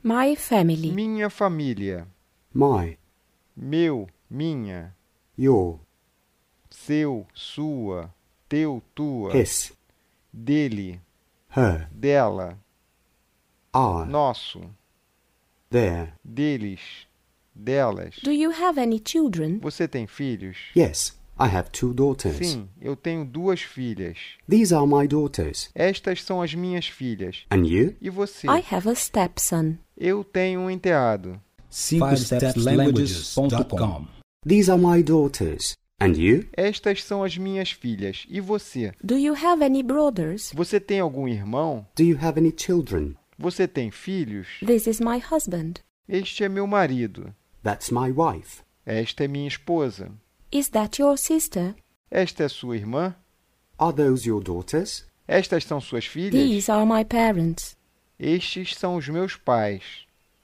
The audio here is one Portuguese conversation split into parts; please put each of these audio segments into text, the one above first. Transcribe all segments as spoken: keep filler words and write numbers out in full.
My family. Minha família. My, Meu, minha. your, Seu, sua. Teu, tua. his, Dele, her, dela. our, Nosso, their. deles, delas. Do you have any children? Você tem filhos? Yes, I have two daughters. Sim, eu tenho duas filhas. These are my daughters. Estas são as minhas filhas. And you? E você? I have a stepson. Eu tenho um enteado. five steps languages dot com. These are my daughters. And you? Estas são as minhas filhas. E você? Do you have any brothers? Você tem algum irmão? Do you have any children? Você tem filhos? This is my husband. Este é meu marido. That's my wife. Esta é minha esposa. Is that your sister? Esta é sua irmã? Are those your daughters? Estas são suas filhas? These are my parents. Estes são os meus pais.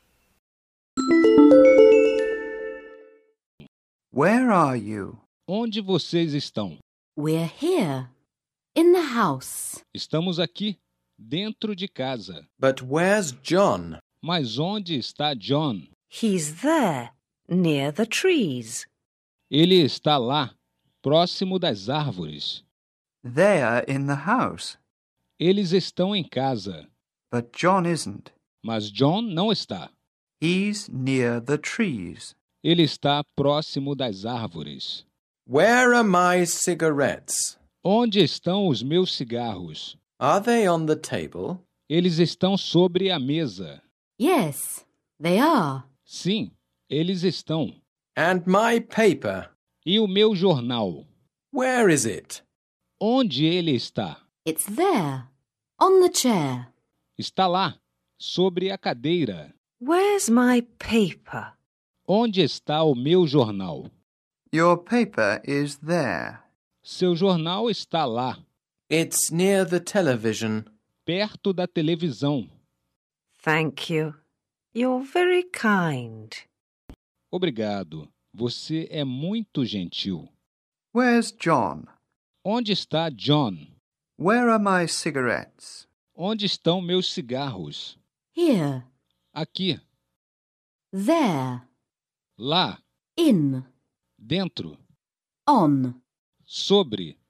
Where are you? Onde vocês estão? We're here, in the house. Estamos aqui, dentro de casa. But where's John? Mas onde está John? He's there, near the trees. Ele está lá, próximo das árvores. They're in the house. Eles estão em casa. But John isn't. Mas John não está. He's near the trees. Ele está próximo das árvores. Where are my cigarettes? Onde estão os meus cigarros? Are they on the table? Eles estão sobre a mesa. Yes, they are. Sim, eles estão. And my paper? E o meu jornal? Where is it? Onde ele está? It's there, on the chair. Está lá, sobre a cadeira. Where's my paper? Onde está o meu jornal? Your paper is there. Seu jornal está lá. It's near the television. Perto da televisão. Thank you. You're very kind. Obrigado. Você é muito gentil. Where's John? Onde está John? Where are my cigarettes? Onde estão meus cigarros? Here, Aqui. there, Lá. in, Dentro. on. Sobre.